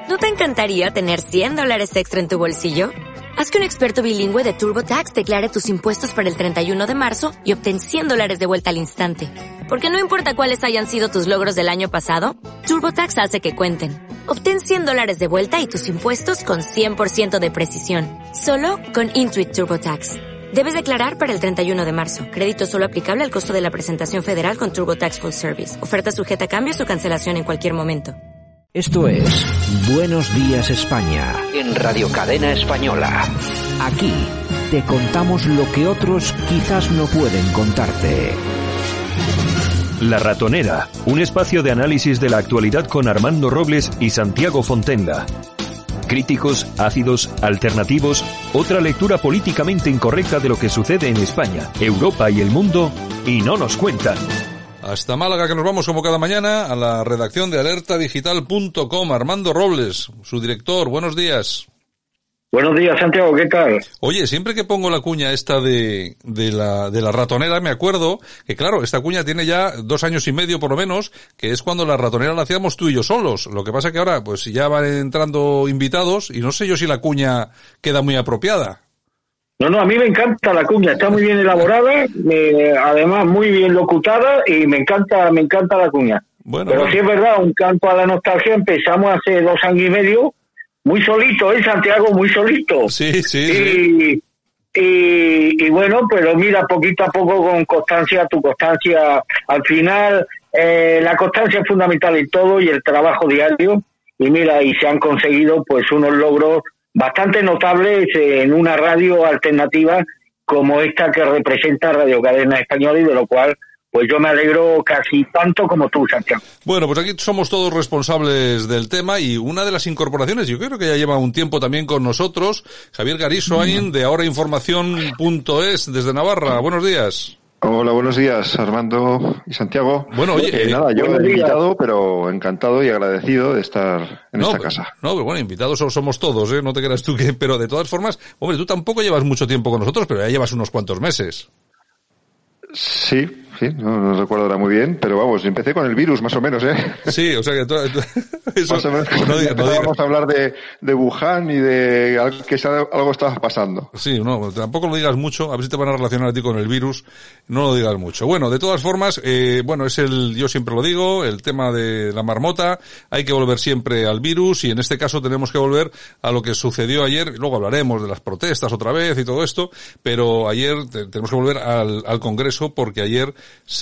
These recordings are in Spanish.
¿No te encantaría tener $100 extra en tu bolsillo? Haz que un experto bilingüe de TurboTax declare tus impuestos para el 31 de marzo y obtén $100 de vuelta al instante. Porque no importa cuáles hayan sido tus logros del año pasado, TurboTax hace que cuenten. Obtén $100 de vuelta y tus impuestos con 100% de precisión. Solo con Intuit TurboTax. Debes declarar para el 31 de marzo. Crédito solo aplicable al costo de la presentación federal con TurboTax Full Service. Oferta sujeta a cambios o cancelación en cualquier momento. Esto es Buenos Días España, en Radio Cadena Española. Aquí te contamos lo que otros quizás no pueden contarte. La Ratonera, un espacio de análisis de la actualidad con Armando Robles y Santiago Fontenga. Críticos, ácidos, alternativos, otra lectura políticamente incorrecta de lo que sucede en España, Europa y el mundo, y no nos cuentan. Hasta Málaga, que nos vamos como cada mañana a la redacción de alertadigital.com. Armando Robles, su director, buenos días. Buenos días, Santiago, ¿qué tal? Oye, siempre que pongo la cuña esta de la ratonera, me acuerdo que, claro, esta cuña tiene ya 2 años y medio por lo menos, que es cuando la ratonera la hacíamos tú y yo solos. Lo que pasa que ahora, pues ya van entrando invitados y no sé yo si la cuña queda muy apropiada. No, a mí me encanta la cuña, está muy bien elaborada, además muy bien locutada y me encanta la cuña. Pero sí es verdad, un canto a la nostalgia, empezamos hace 2 años y medio, muy solito, Santiago, muy solito. Sí. Y bueno, pero mira, poquito a poco con constancia, tu constancia, al final, la constancia es fundamental en todo y el trabajo diario, y mira, y se han conseguido pues unos logros bastante notables en una radio alternativa como esta que representa Radio Cadena Española y de lo cual pues yo me alegro casi tanto como tú, Santiago. Bueno, pues aquí somos todos responsables del tema y una de las incorporaciones, yo creo que ya lleva un tiempo también con nosotros, Javier Garisoain de ahorainformación.es desde Navarra. Buenos días. Hola, buenos días, Armando y Santiago. Bueno, oye, nada, yo he invitado, pero encantado y agradecido de estar en esta casa. No, pero bueno, invitados somos todos, no te creas tú que, pero de todas formas, hombre, tú tampoco llevas mucho tiempo con nosotros, pero ya llevas unos cuantos meses. Sí, no recuerdo ahora muy bien, pero vamos, empecé con el virus más o menos, Sí, o sea que eso, más o menos vamos a hablar de Wuhan y de que algo estaba pasando. Sí, no, tampoco lo digas mucho, a ver si te van a relacionar a ti con el virus, no lo digas mucho. Bueno, de todas formas, yo siempre lo digo, el tema de la marmota, hay que volver siempre al virus y en este caso tenemos que volver a lo que sucedió ayer, luego hablaremos de las protestas otra vez y todo esto, pero ayer tenemos que volver al Congreso porque ayer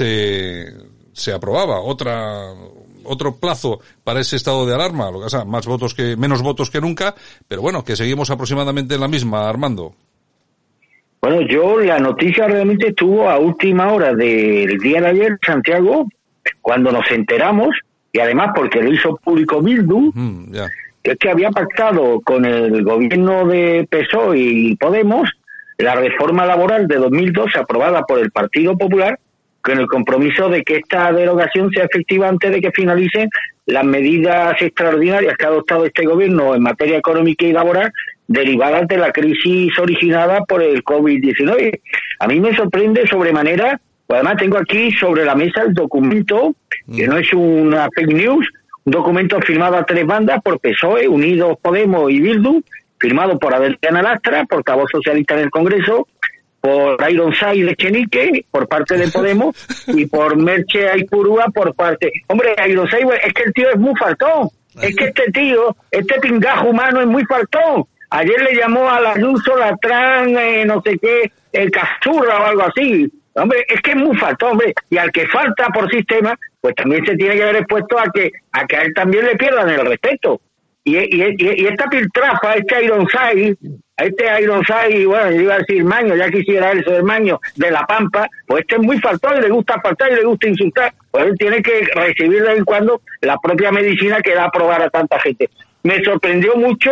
se aprobaba otro plazo para ese estado de alarma, lo que pasa, menos votos que nunca, pero bueno, que seguimos aproximadamente en la misma, Armando. Bueno, la noticia realmente estuvo a última hora del día de ayer, Santiago, cuando nos enteramos, y además porque lo hizo público Bildu, que es que había pactado con el gobierno de PSOE y Podemos la reforma laboral de 2012 aprobada por el Partido Popular, con el compromiso de que esta derogación sea efectiva antes de que finalicen las medidas extraordinarias que ha adoptado este gobierno en materia económica y laboral derivadas de la crisis originada por el COVID-19. A mí me sorprende sobremanera, pues además tengo aquí sobre la mesa el documento, que no es una fake news, un documento firmado a 3 bandas por PSOE, Unidos Podemos y Bildu, firmado por Adriana Lastra, portavoz socialista en el Congreso, por Ironside de Echenique, por parte de Podemos, y por Merche Aipurúa, por parte... Hombre, Ironside, es que el tío es muy faltón. Es que este pingajo humano es muy faltón. Ayer le llamó a la Ayuso, Latrán, no sé qué, el Cazurra o algo así. Hombre, es que es muy faltón, hombre. Y al que falta por sistema, pues también se tiene que haber expuesto a que a él también le pierdan el respeto. Y esta piltrafa, este Ironside, bueno, yo iba a decir Maño, ya quisiera él ser Maño, de La Pampa, pues este es muy faltón, le gusta faltar y le gusta insultar, pues él tiene que recibir de vez en cuando la propia medicina que da a probar a tanta gente. Me sorprendió mucho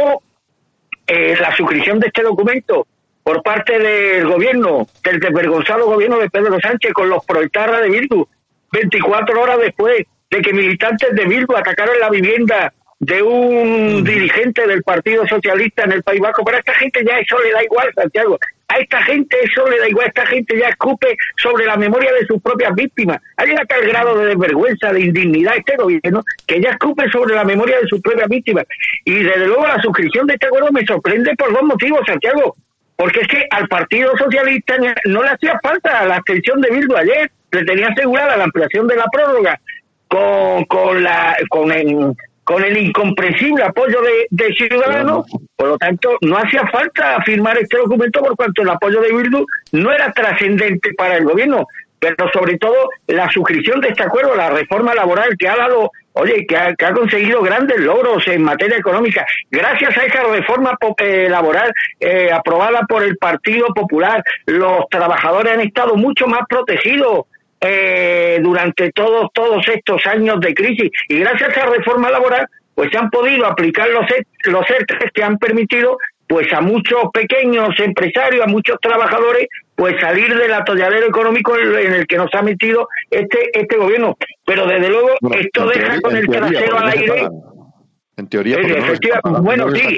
la suscripción de este documento por parte del gobierno, del desvergonzado gobierno de Pedro Sánchez con los proetarras de Bildu, 24 horas después de que militantes de Bildu atacaron la vivienda de un dirigente del Partido Socialista en el País Vasco. Pero a esta gente ya eso le da igual, Santiago. A A esta gente eso le da igual, esta gente ya escupe sobre la memoria de sus propias víctimas. Ha llegado a tal grado de desvergüenza, de indignidad este gobierno, que ya escupe sobre la memoria de sus propias víctimas. Y desde luego la suscripción de este acuerdo me sorprende por dos motivos, Santiago. Porque es que al Partido Socialista no le hacía falta la abstención de Bildu ayer, le tenía asegurada la ampliación de la prórroga con el incomprensible apoyo de Ciudadanos, por lo tanto no hacía falta firmar este documento por cuanto el apoyo de Bildu no era trascendente para el gobierno, pero sobre todo la suscripción de este acuerdo, la reforma laboral que ha dado, que ha conseguido grandes logros en materia económica, gracias a esa reforma laboral aprobada por el Partido Popular, los trabajadores han estado mucho más protegidos durante todos estos años de crisis, y gracias a esa reforma laboral pues se han podido aplicar los ERTE que han permitido pues a muchos pequeños empresarios, a muchos trabajadores pues salir del atolladero económico en el que nos ha metido este gobierno. Pero desde luego esto deja con el trasero al aire. En teoría, bueno, sí,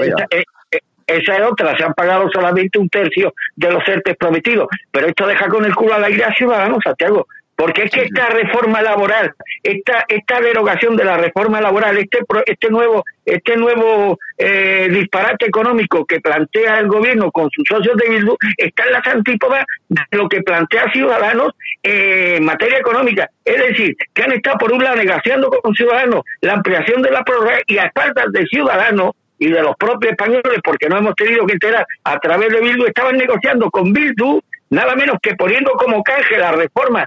esa es otra, se han pagado solamente un tercio de los ERTE prometidos, pero esto deja con el culo al aire a Ciudadanos, Santiago, porque es que esta reforma laboral, esta derogación de la reforma laboral, este nuevo disparate económico que plantea el gobierno con sus socios de Bildu, está en las antípodas de lo que plantea Ciudadanos en materia económica. Es decir, que han estado por un lado negociando con Ciudadanos la ampliación de la prórroga y a espaldas de Ciudadanos y de los propios españoles, porque no hemos tenido que enterar a través de Bildu, estaban negociando con Bildu, nada menos que poniendo como canje la reforma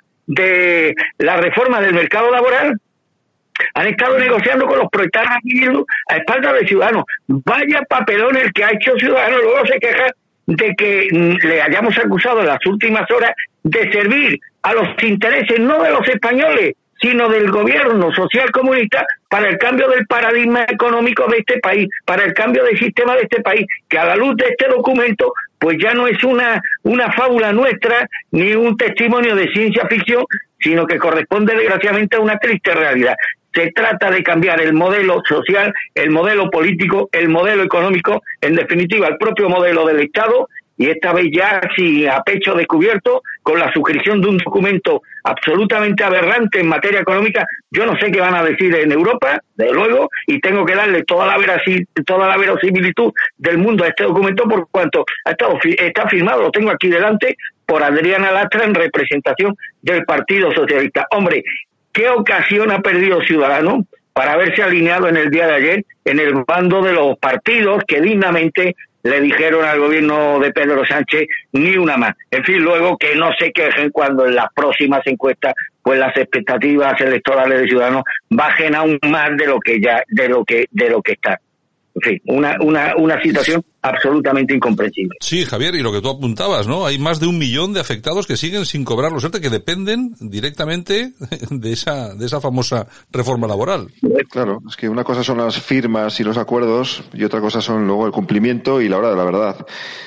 del mercado laboral. Han estado negociando con los proletarios de Bildu a espaldas de Ciudadanos. Vaya papelón el que ha hecho Ciudadanos, luego se queja de que le hayamos acusado en las últimas horas de servir a los intereses no de los españoles, sino del gobierno social comunista para el cambio del paradigma económico de este país, para el cambio del sistema de este país, que a la luz de este documento pues ya no es una fábula nuestra ni un testimonio de ciencia ficción, sino que corresponde desgraciadamente a una triste realidad. Se trata de cambiar el modelo social, el modelo político, el modelo económico, en definitiva el propio modelo del Estado, y esta vez ya así a pecho descubierto, con la suscripción de un documento absolutamente aberrante en materia económica. Yo no sé qué van a decir en Europa, desde luego, y tengo que darle toda la verosimilitud del mundo a este documento por cuanto está firmado, lo tengo aquí delante, por Adriana Lastra en representación del Partido Socialista. Hombre, ¿qué ocasión ha perdido Ciudadanos para haberse alineado en el día de ayer en el bando de los partidos que dignamente le dijeron al gobierno de Pedro Sánchez ni una más? En fin, luego que no se quejen cuando en las próximas encuestas pues las expectativas electorales de Ciudadanos bajen aún más de lo que está. En fin, una situación absolutamente incomprensible. Sí, Javier, y lo que tú apuntabas, ¿no? Hay más de 1 millón de afectados que siguen sin cobrar los ERTE, que dependen directamente de esa famosa reforma laboral. Claro, es que una cosa son las firmas y los acuerdos y otra cosa son luego el cumplimiento y la hora de la verdad.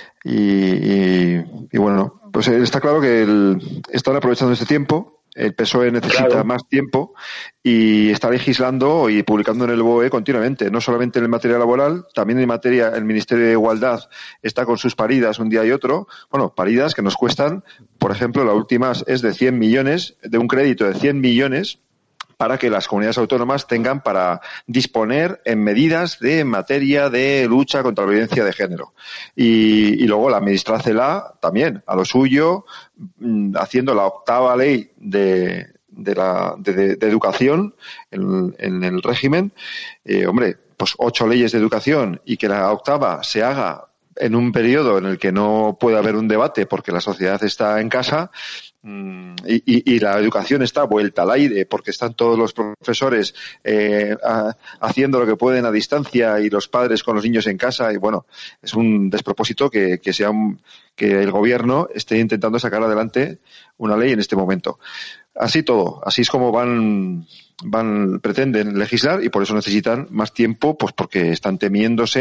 Y bueno, pues está claro que están aprovechando este tiempo. El PSOE necesita más tiempo y está legislando y publicando en el BOE continuamente, no solamente en materia laboral, también en materia, el Ministerio de Igualdad está con sus paridas un día y otro, paridas que nos cuestan, por ejemplo, la última es de 100 millones, de un crédito de 100 millones, para que las comunidades autónomas tengan para disponer en medidas de materia de lucha contra la violencia de género. Y luego la ministra Celaá también, a lo suyo, haciendo la 8ª ley de educación en el régimen. Pues 8 leyes de educación y que la 8ª se haga en un periodo en el que no puede haber un debate porque la sociedad está en casa, y la educación está vuelta al aire porque están todos los profesores haciendo lo que pueden a distancia y los padres con los niños en casa, y bueno, es un despropósito que el gobierno esté intentando sacar adelante una ley en este momento. Así es como pretenden legislar, y por eso necesitan más tiempo, pues porque están temiéndose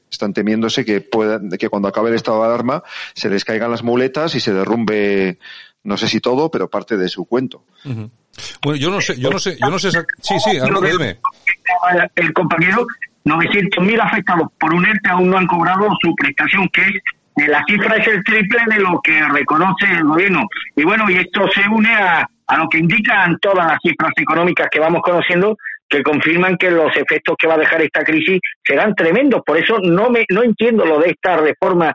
que cuando acabe el estado de alarma se les caigan las muletas y se derrumbe, no sé si todo, pero parte de su cuento. Uh-huh. Bueno, yo no sé. Sí, dime. El compañero, 900.000 afectados por un ERTE aún no han cobrado su prestación, que es La cifra es el triple de lo que reconoce el gobierno. Y bueno, y esto se une a lo que indican todas las cifras económicas que vamos conociendo, que confirman que los efectos que va a dejar esta crisis serán tremendos. Por eso no entiendo lo de esta reforma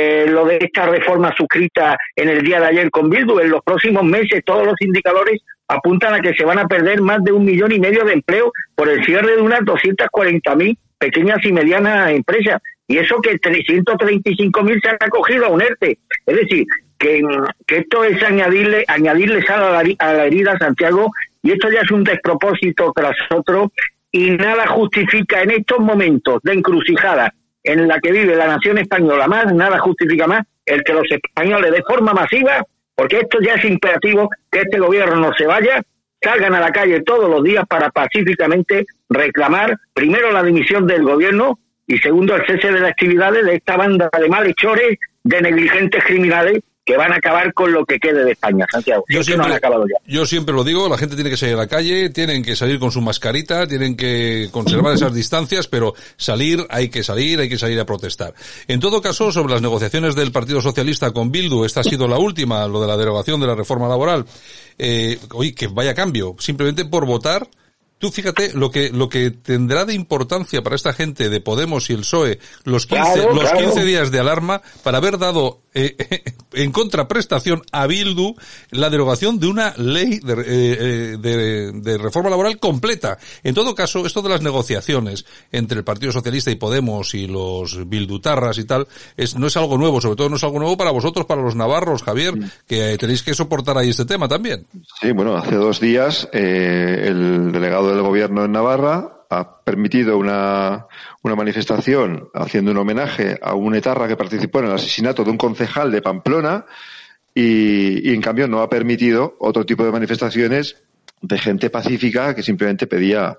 suscrita en el día de ayer con Bildu. En los próximos meses todos los indicadores apuntan a que se van a perder más de 1,5 millones de empleos por el cierre de unas 240.000 pequeñas y medianas empresas. Y eso que 335.000 se han acogido a un ERTE. Es decir, que esto es añadirle sal a la herida, Santiago, y esto ya es un despropósito tras otro, y nada justifica en estos momentos de encrucijada en la que vive la nación española nada justifica más el que los españoles de forma masiva, porque esto ya es imperativo, que este gobierno no se vaya, salgan a la calle todos los días para pacíficamente reclamar, primero, la dimisión del gobierno, y segundo, el cese de las actividades de esta banda de malhechores, de negligentes criminales, que van a acabar con lo que quede de España, Santiago. Yo siempre lo digo, la gente tiene que salir a la calle, tienen que salir con su mascarita, tienen que conservar esas distancias, pero hay que salir a protestar. En todo caso, sobre las negociaciones del Partido Socialista con Bildu, esta ha sido la última, lo de la derogación de la reforma laboral. Oye, que vaya cambio, simplemente por votar. Tú fíjate lo que tendrá de importancia para esta gente de Podemos y el PSOE los 15 días de alarma para haber dado en contraprestación a Bildu la derogación de una ley de reforma laboral completa. En todo caso, esto de las negociaciones entre el Partido Socialista y Podemos y los bildutarras y tal, no es algo nuevo, sobre todo no es algo nuevo para vosotros, para los navarros, Javier, que tenéis que soportar ahí este tema también. Sí, bueno, hace 2 días el delegado del gobierno en Navarra ha permitido una manifestación haciendo un homenaje a un etarra que participó en el asesinato de un concejal de Pamplona y en cambio no ha permitido otro tipo de manifestaciones de gente pacífica que simplemente pedía,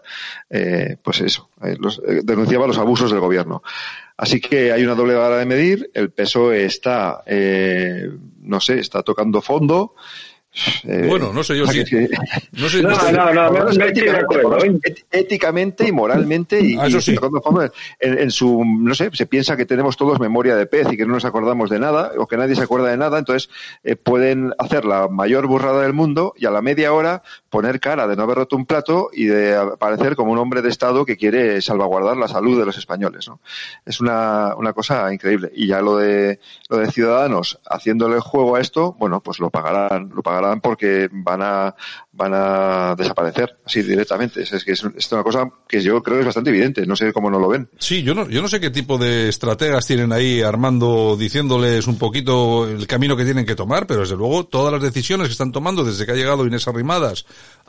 denunciaba los abusos del gobierno. Así que hay una doble vara de medir. El PSOE está tocando fondo. Bueno, no sé yo si... No estoy de acuerdo. Éticamente y moralmente y sí. En su, no sé, se piensa que tenemos todos memoria de pez y que no nos acordamos de nada o que nadie se acuerda de nada, entonces pueden hacer la mayor burrada del mundo y a la media hora poner cara de no haber roto un plato y de aparecer como un hombre de Estado que quiere salvaguardar la salud de los españoles, ¿no? Es una cosa increíble. Y ya lo de Ciudadanos haciéndole juego a esto, bueno, pues lo pagarán porque van a desaparecer así directamente. Es una cosa que yo creo que es bastante evidente. No sé cómo no lo ven. Sí, yo no sé qué tipo de estrategas tienen ahí armando, diciéndoles un poquito el camino que tienen que tomar, pero desde luego todas las decisiones que están tomando desde que ha llegado Inés Arrimadas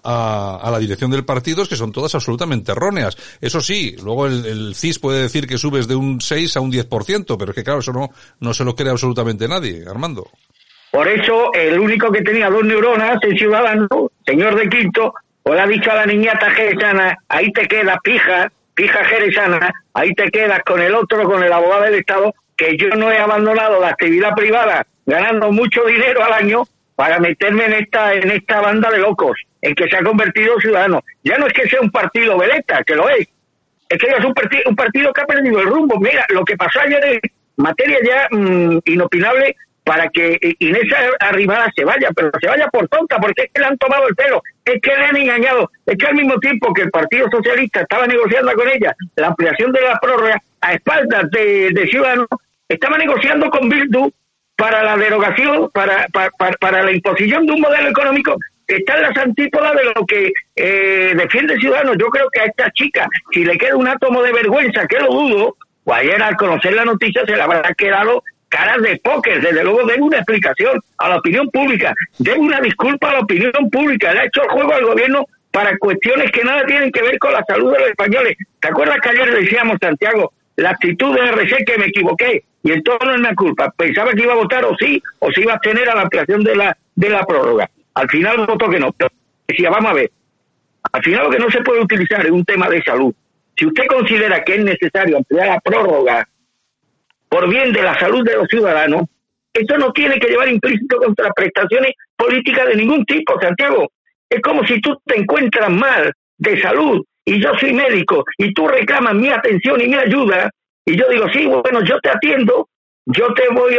a la dirección del partido es que son todas absolutamente erróneas. Eso sí, luego el CIS puede decir que subes de un 6 a un 10%, pero es que claro, eso no se lo cree absolutamente nadie, Armando. Por eso, el único que tenía 2 neuronas, el Ciudadano, señor de Quinto, pues le ha dicho a la niñata jerezana, ahí te quedas, pija jerezana, ahí te quedas con el otro, con el abogado del Estado, que yo no he abandonado la actividad privada, ganando mucho dinero al año, para meterme en esta banda de locos, en que se ha convertido Ciudadanos. Ya no es que sea un partido veleta, que lo es que ya es un partido que ha perdido el rumbo. Mira, lo que pasó ayer es materia ya inopinable para que Inés Arrimadas se vaya, pero se vaya por tonta, porque es que le han tomado el pelo, es que le han engañado, es que al mismo tiempo que el Partido Socialista estaba negociando con ella la ampliación de la prórroga, a espaldas de Ciudadanos, estaba negociando con Bildu para la derogación, para la imposición de un modelo económico que está en las antípodas de lo que defiende Ciudadanos. Yo creo que a esta chica, si le queda un átomo de vergüenza, que lo dudo, o ayer al conocer la noticia se le habrá quedado caras de póker. Desde luego debe una explicación a la opinión pública, debe una disculpa a la opinión pública, le ha hecho el juego al gobierno para cuestiones que nada tienen que ver con la salud de los españoles. ¿Te acuerdas que ayer decíamos, Santiago, la actitud de RC, que me equivoqué, y entonces no es una culpa, pensaba que iba a votar o sí, o se iba a abstener a la ampliación de la prórroga? Al final votó que no, pero decía, vamos a ver, al final lo que no se puede utilizar es un tema de salud. Si usted considera que es necesario ampliar la prórroga por bien de la salud de los ciudadanos, esto no tiene que llevar implícito contraprestaciones políticas de ningún tipo, Santiago. Es como si tú te encuentras mal de salud y yo soy médico y tú reclamas mi atención y mi ayuda y yo digo, sí, bueno, yo te atiendo, yo te voy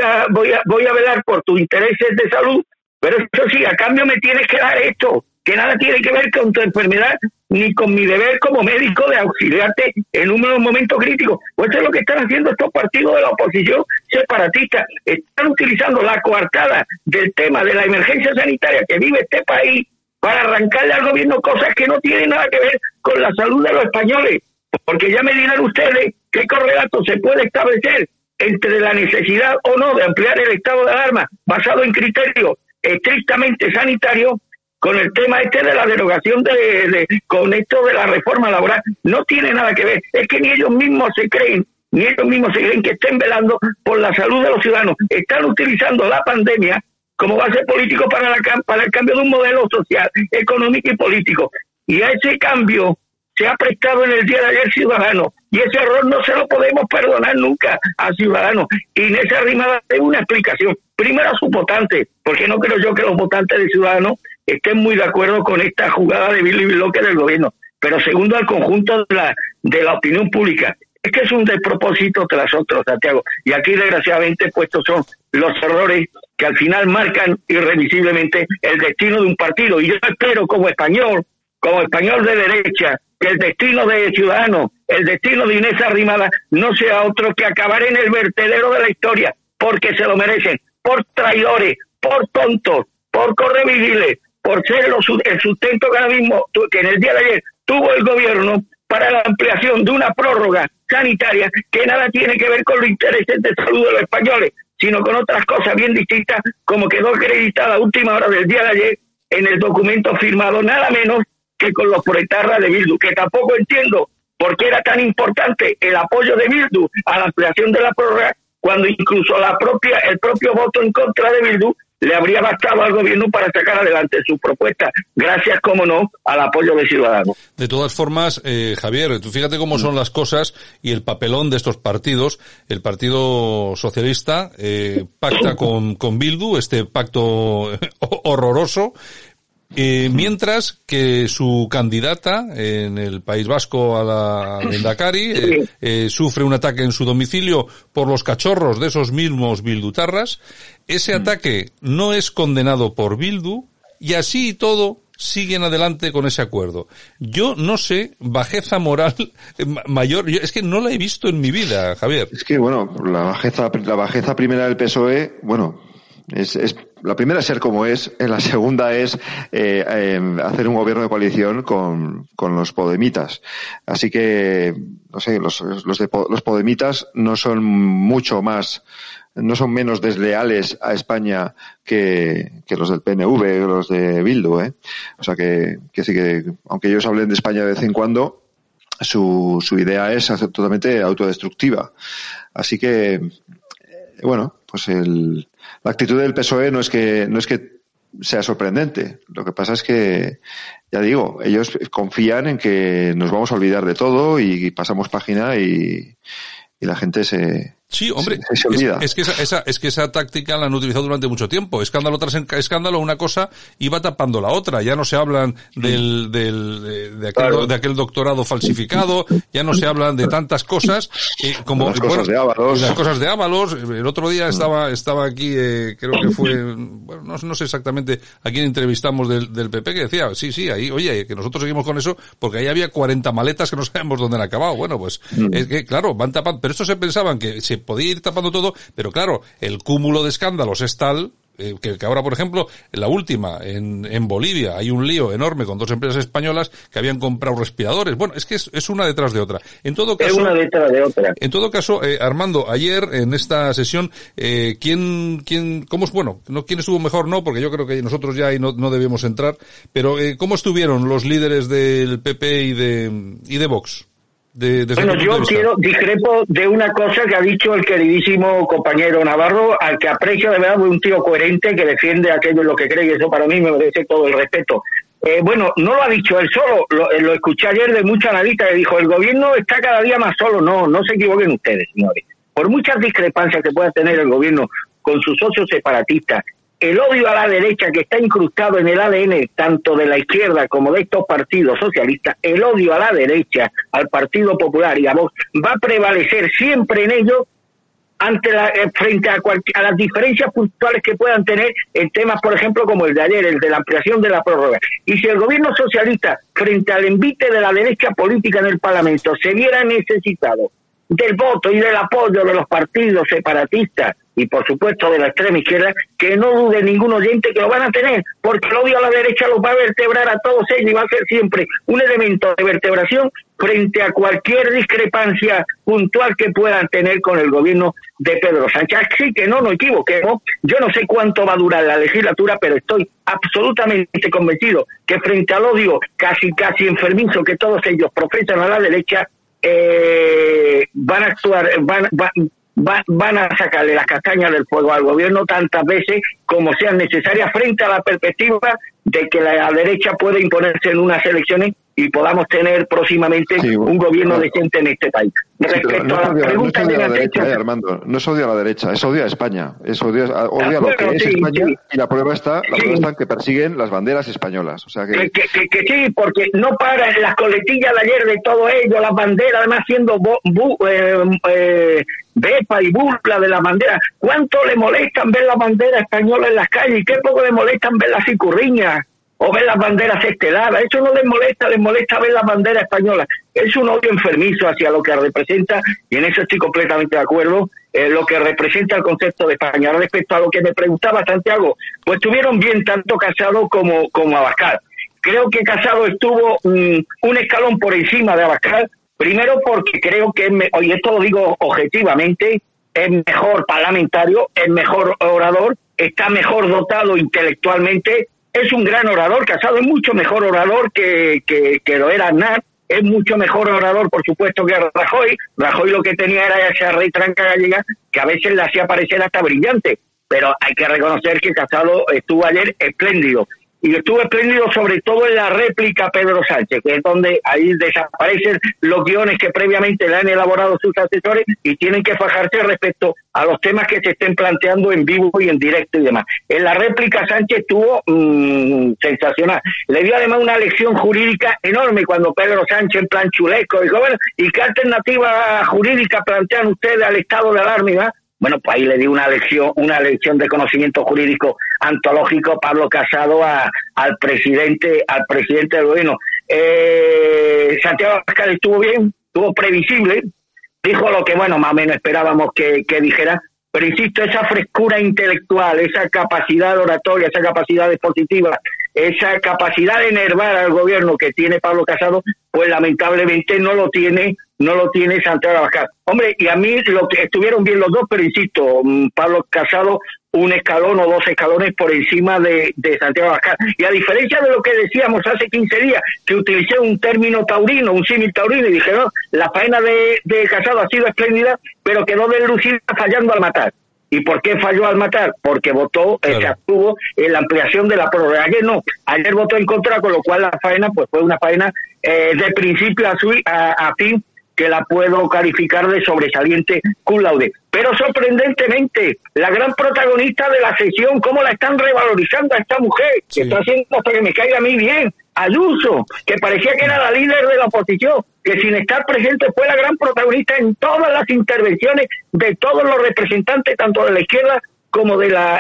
a velar por tus intereses de salud, pero eso sí, a cambio me tienes que dar esto, que nada tiene que ver con tu enfermedad ni con mi deber como médico de auxiliarte en un momento crítico. Pues eso es lo que están haciendo estos partidos de la oposición separatista. Están utilizando la coartada del tema de la emergencia sanitaria que vive este país para arrancarle al gobierno cosas que no tienen nada que ver con la salud de los españoles. Porque ya me dirán ustedes qué correlato se puede establecer entre la necesidad o no de ampliar el estado de alarma basado en criterios estrictamente sanitarios con el tema de la derogación con esto de la reforma laboral. No tiene nada que ver. Es que ni ellos mismos se creen que estén velando por la salud de los ciudadanos. Están utilizando la pandemia como base político para el cambio de un modelo social, económico y político. Y a ese cambio se ha prestado en el día de ayer Ciudadanos. Y ese error no se lo podemos perdonar nunca a Ciudadanos. Inés Arrimadas da una explicación. Primero a sus votantes, porque no creo yo que los votantes de Ciudadanos estén muy de acuerdo con esta jugada de Billy Bloque del gobierno. Pero segundo, al conjunto de la opinión pública. Es que es un despropósito tras otro, Santiago. Y aquí, desgraciadamente, puestos son los errores que al final marcan irrevisiblemente el destino de un partido. Y yo espero, como español de derecha, que el destino de Ciudadanos, el destino de Inés Arrimadas, no sea otro que acabar en el vertedero de la historia, porque se lo merecen, por traidores, por tontos, por correvigiles, por ser el sustento que ahora mismo, que en el día de ayer tuvo el gobierno para la ampliación de una prórroga sanitaria que nada tiene que ver con los intereses de salud de los españoles, sino con otras cosas bien distintas, como quedó acreditada a última hora del día de ayer en el documento firmado nada menos que con los proetarras de Bildu, que tampoco entiendo por qué era tan importante el apoyo de Bildu a la ampliación de la prórroga, cuando incluso el propio voto en contra de Bildu le habría bastado al gobierno para sacar adelante su propuesta, gracias, como no, al apoyo de Ciudadanos. De todas formas, Javier, tú fíjate cómo son las cosas y el papelón de estos partidos. El Partido Socialista pacta con Bildu, este pacto horroroso, mientras que su candidata en el País Vasco a la Lehendakari sufre un ataque en su domicilio por los cachorros de esos mismos bildutarras. Ese ataque no es condenado por Bildu y así y todo siguen adelante con ese acuerdo. Yo no sé, bajeza moral mayor, es que no la he visto en mi vida, Javier. Es que, bueno, la bajeza primera del PSOE, bueno, es la primera es ser como es, la segunda es hacer un gobierno de coalición con los podemitas. Así que, no sé, los podemitas no son menos desleales a España que los del PNV o los de Bildu, O sea que sí que, aunque ellos hablen de España de vez en cuando, su idea es totalmente autodestructiva. Así que, bueno, pues la actitud del PSOE no es que sea sorprendente. Lo que pasa es que, ya digo, ellos confían en que nos vamos a olvidar de todo y pasamos página y la gente se olvida. Es que esa táctica la han utilizado durante mucho tiempo. Escándalo tras escándalo, una cosa iba tapando la otra. Ya no se hablan de aquel doctorado falsificado, ya no se hablan de tantas cosas como las cosas de Ábalos. Las cosas de Ábalos. El otro día estaba aquí, creo que fue, bueno, no sé exactamente a quién entrevistamos del PP, que decía, sí, ahí, oye, que nosotros seguimos con eso porque ahí había 40 maletas que no sabemos dónde han acabado. Bueno, pues es que, claro, van tapando, pero estos se pensaban que se podía ir tapando todo, pero claro, el cúmulo de escándalos es tal que ahora, por ejemplo, la última, en Bolivia, hay un lío enorme con dos empresas españolas que habían comprado respiradores. Bueno, es que es una detrás de otra. En todo caso, es una detrás de otra. En todo caso, Armando, ayer en esta sesión, quién estuvo mejor, no, porque yo creo que nosotros ya ahí no debemos entrar, pero ¿cómo estuvieron los líderes del PP y de Vox? Bueno, yo discrepo de una cosa que ha dicho el queridísimo compañero Navarro, al que aprecio de verdad, un tío coherente que defiende aquello en lo que cree, y eso para mí me merece todo el respeto. Bueno, no lo ha dicho él solo, lo escuché ayer de muchos analistas que dijo, el gobierno está cada día más solo. No se equivoquen ustedes, señores. Por muchas discrepancias que pueda tener el gobierno con sus socios separatistas, el odio a la derecha que está incrustado en el ADN tanto de la izquierda como de estos partidos socialistas, el odio a la derecha, al Partido Popular y a Vox, va a prevalecer siempre en ellos frente a las diferencias puntuales que puedan tener en temas, por ejemplo, como el de ayer, el de la ampliación de la prórroga. Y si el gobierno socialista, frente al envite de la derecha política en el Parlamento, se viera necesitado del voto y del apoyo de los partidos separatistas y, por supuesto, de la extrema izquierda, que no dude ningún oyente que lo van a tener, porque el odio a la derecha los va a vertebrar a todos ellos y va a ser siempre un elemento de vertebración frente a cualquier discrepancia puntual que puedan tener con el gobierno de Pedro Sánchez. Así que no nos equivoquemos, yo no sé cuánto va a durar la legislatura, pero estoy absolutamente convencido que frente al odio casi enfermizo que todos ellos profesan a la derecha, van a actuar, van a sacarle las castañas del fuego al gobierno tantas veces como sean necesarias frente a la perspectiva de que la derecha puede imponerse en unas elecciones y podamos tener próximamente un gobierno decente en este país. Respecto a la pregunta de la derecha, Armando, no es odio a la derecha, es odio a España, es odio a lo que es España, y la prueba está en que persiguen las banderas españolas. O sea que sí, porque no paran las coletillas de ayer de todo ello, las banderas, además siendo bepa y burla de las banderas. ¿Cuánto le molestan ver la bandera española en las calles? ¿Y qué poco le molestan ver las icurriñas o ver las banderas esteladas? Eso no les molesta ver las banderas españolas. Es un odio enfermizo hacia lo que representa, y en eso estoy completamente de acuerdo, lo que representa el concepto de España. Respecto a lo que me preguntaba Santiago, pues estuvieron bien tanto Casado como Abascal. Creo que Casado estuvo un escalón por encima de Abascal, primero porque creo que, y esto lo digo objetivamente, es mejor parlamentario, es mejor orador, está mejor dotado intelectualmente. Es un gran orador, Casado es mucho mejor orador que lo era Aznar, es mucho mejor orador, por supuesto, que Rajoy. Rajoy lo que tenía era esa retranca gallega que a veces le hacía parecer hasta brillante, pero hay que reconocer que Casado estuvo ayer espléndido. Y estuvo espléndido sobre todo en la réplica a Pedro Sánchez, que es donde ahí desaparecen los guiones que previamente le han elaborado sus asesores y tienen que fajarse respecto a los temas que se estén planteando en vivo y en directo y demás. En la réplica Sánchez estuvo sensacional. Le dio además una lección jurídica enorme cuando Pedro Sánchez, en plan chulesco, dijo, bueno, ¿y qué alternativa jurídica plantean ustedes al estado de alarma y más? Bueno, pues ahí le di una lección de conocimiento jurídico antológico Pablo Casado al presidente del gobierno. Santiago Abascal estuvo bien, estuvo previsible, dijo lo que, bueno, más o menos esperábamos que dijera, pero insisto, esa frescura intelectual, esa capacidad oratoria, esa capacidad expositiva, esa capacidad de enervar al gobierno que tiene Pablo Casado, pues lamentablemente no lo tiene Santiago Abascal. Hombre, y a mí lo que estuvieron bien los dos, pero insisto, Pablo Casado un escalón o dos escalones por encima de Santiago Abascal. Y a diferencia de lo que decíamos hace 15 días, que utilicé un término taurino, un símil taurino, y dije, no, la faena de Casado ha sido espléndida, pero quedó deslucida fallando al matar. ¿Y por qué falló al matar? Porque votó, se abstuvo en la ampliación de la prórroga. Ayer votó en contra, con lo cual la faena pues fue una faena de principio a fin, que la puedo calificar de sobresaliente cum laude. Pero sorprendentemente, la gran protagonista de la sesión, cómo la están revalorizando a esta mujer, que está haciendo hasta que me caiga a mí bien, Ayuso, que parecía que era la líder de la oposición, que sin estar presente fue la gran protagonista en todas las intervenciones de todos los representantes, tanto de la izquierda como de la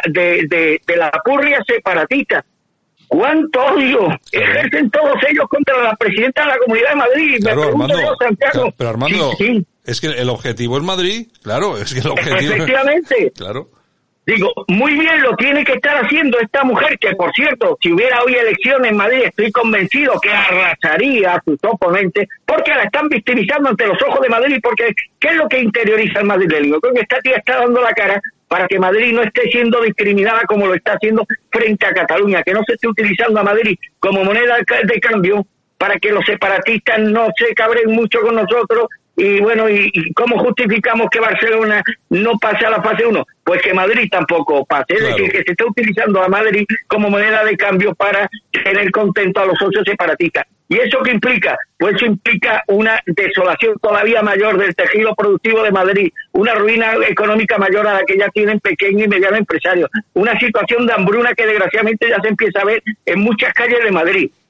purria separatista. ¿Cuánto odio ejercen todos ellos contra la presidenta de la Comunidad de Madrid? Claro, me pregunto Armando, yo, Santiago. Pero Armando, sí. Es que el objetivo es Madrid, claro, es que el objetivo... Efectivamente. Claro. Digo, muy bien lo tiene que estar haciendo esta mujer, que por cierto, si hubiera hoy elecciones en Madrid, estoy convencido que arrasaría a sus oponentes, porque la están victimizando ante los ojos de Madrid, porque ¿qué es lo que interioriza el madrileño? Creo que esta tía está dando la cara para que Madrid no esté siendo discriminada como lo está haciendo frente a Cataluña, que no se esté utilizando a Madrid como moneda de cambio para que los separatistas no se cabren mucho con nosotros. Y bueno, ¿y cómo justificamos que Barcelona no pase a la fase 1? Pues que Madrid tampoco pase, claro. Es decir, que se está utilizando a Madrid como moneda de cambio para tener contento a los socios separatistas. ¿Y eso qué implica? Pues eso implica una desolación todavía mayor del tejido productivo de Madrid, una ruina económica mayor a la que ya tienen pequeños y medianos empresarios, una situación de hambruna que desgraciadamente ya se empieza a ver en muchas calles de Madrid.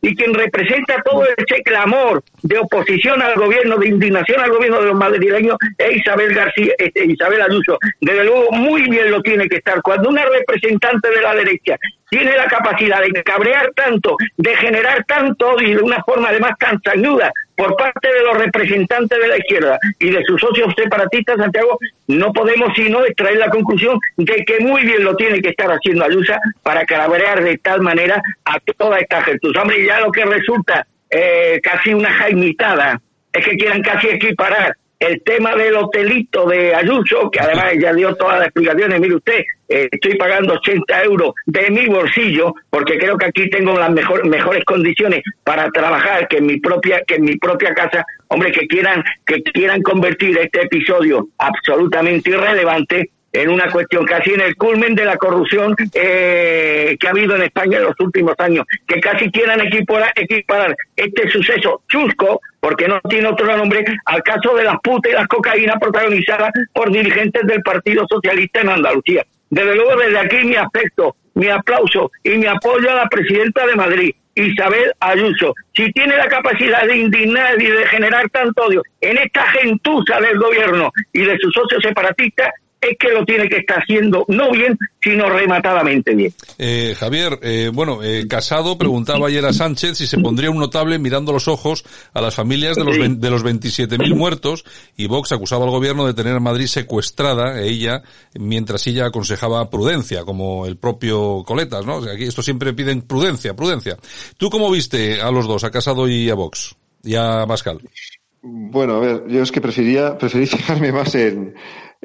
y quien representa todo ese clamor de oposición al gobierno, de indignación al gobierno de los madrileños, es Isabel Ayuso. Desde luego, muy bien lo tiene que estar. Cuando una representante de la derecha tiene la capacidad de cabrear tanto, de generar tanto odio y de una forma además tan sañuda por parte de los representantes de la izquierda y de sus socios separatistas, Santiago, no podemos sino extraer la conclusión de que muy bien lo tiene que estar haciendo Ayuso para cabrear de tal manera a toda esta gente. Hombre, ya lo que resulta casi una jaimitada es que quieran casi equiparar el tema del hotelito de Ayuso, que además ya dio todas las explicaciones. Mire usted, estoy pagando 80 euros de mi bolsillo porque creo que aquí tengo las mejores condiciones para trabajar que en mi propia casa. Hombre, que quieran convertir este episodio absolutamente irrelevante en una cuestión casi en el culmen de la corrupción que ha habido en España en los últimos años, que casi quieran equiparar este suceso chusco, porque no tiene otro nombre, al caso de las putas y las cocaínas protagonizadas por dirigentes del Partido Socialista en Andalucía. Desde luego, desde aquí mi afecto, mi aplauso y mi apoyo a la presidenta de Madrid, Isabel Ayuso. Si tiene la capacidad de indignar y de generar tanto odio en esta gentuza del gobierno y de sus socios separatistas, es que lo tiene que estar haciendo no bien, sino rematadamente bien. Javier, Casado preguntaba ayer a Sánchez si se pondría un notable mirando los ojos a las familias de los 27.000 muertos, y Vox acusaba al gobierno de tener a Madrid secuestrada, ella, mientras ella aconsejaba prudencia, como el propio Coletas, ¿no? O sea, aquí esto siempre piden prudencia. ¿Tú cómo viste a los dos, a Casado y a Vox, y a Abascal? Bueno, a ver, yo es que preferí fijarme más en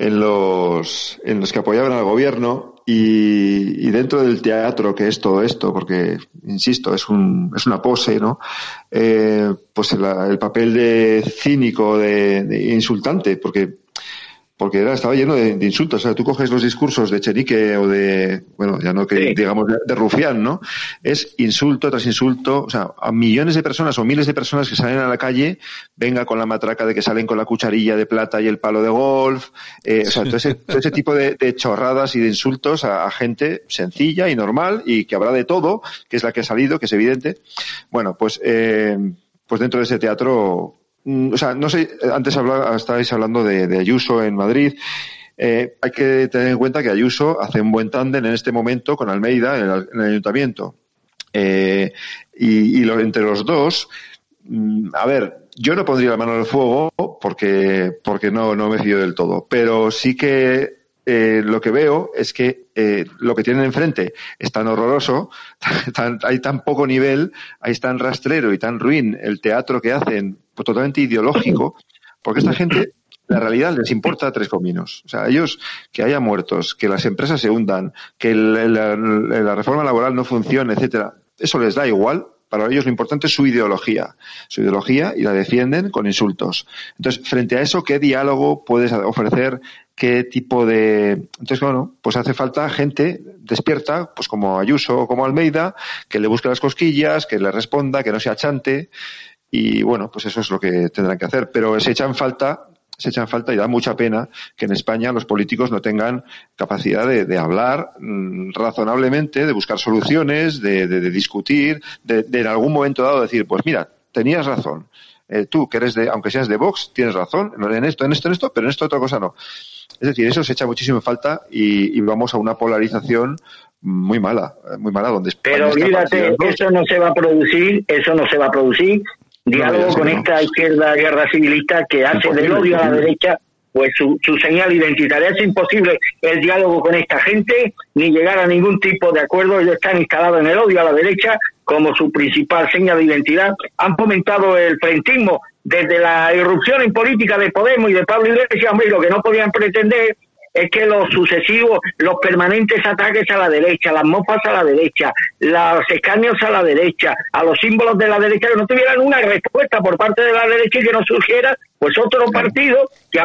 los que apoyaban al gobierno y dentro del teatro que es todo esto, porque insisto, es una pose, ¿no? Pues el papel de cínico, de insultante, porque estaba lleno de insultos. O sea, tú coges los discursos de Echenique o digamos de Rufián, ¿no? Es insulto tras insulto. O sea, a millones de personas o miles de personas que salen a la calle, venga con la matraca de que salen con la cucharilla de plata y el palo de golf. O sea, todo ese tipo de chorradas y de insultos a gente sencilla y normal y que habrá de todo, que es la que ha salido, que es evidente. Bueno, pues dentro de ese teatro, o sea, no sé, antes estabais hablando de Ayuso en Madrid. Hay que tener en cuenta que Ayuso hace un buen tándem en este momento con Almeida en el ayuntamiento. Entre los dos, a ver, yo no pondría la mano en el fuego porque no me fío del todo, pero sí que lo que veo es que lo que tienen enfrente es tan horroroso, hay tan poco nivel, es tan rastrero y tan ruin el teatro que hacen, pues totalmente ideológico, porque esta gente, la realidad les importa tres cominos. O sea, ellos, que haya muertos, que las empresas se hundan, que la reforma laboral no funcione, etcétera, eso les da igual. Para ellos lo importante es su ideología y la defienden con insultos. Entonces, frente a eso, ¿qué diálogo puedes ofrecer? ¿Qué tipo de...? Entonces, bueno, pues hace falta gente despierta, pues como Ayuso o como Almeida, que le busque las cosquillas, que le responda, que no se achante, y bueno, pues eso es lo que tendrán que hacer. Pero se echan falta y da mucha pena que en España los políticos no tengan capacidad de hablar razonablemente, de buscar soluciones, de discutir, de en algún momento dado decir, pues mira, tenías razón. Tú, que eres aunque seas de Vox, tienes razón en esto, pero en esto otra cosa no. Es decir, eso se echa muchísimo en falta y vamos a una polarización muy mala, donde España. Pero olvídate, eso no se va a producir. Diálogo con esta izquierda guerra civilista que hace del odio a la derecha pues su señal identitaria. Es imposible el diálogo con esta gente ni llegar a ningún tipo de acuerdo. Ellos están instalados en el odio a la derecha como su principal señal de identidad. Han fomentado el frentismo desde la irrupción en política de Podemos y de Pablo Iglesias. Hombre, y lo que no podían pretender es que los permanentes ataques a la derecha, las mofas a la derecha, los escarnios a la derecha, a los símbolos de la derecha, que no tuvieran una respuesta por parte de la derecha y que no surgiera pues otro partido que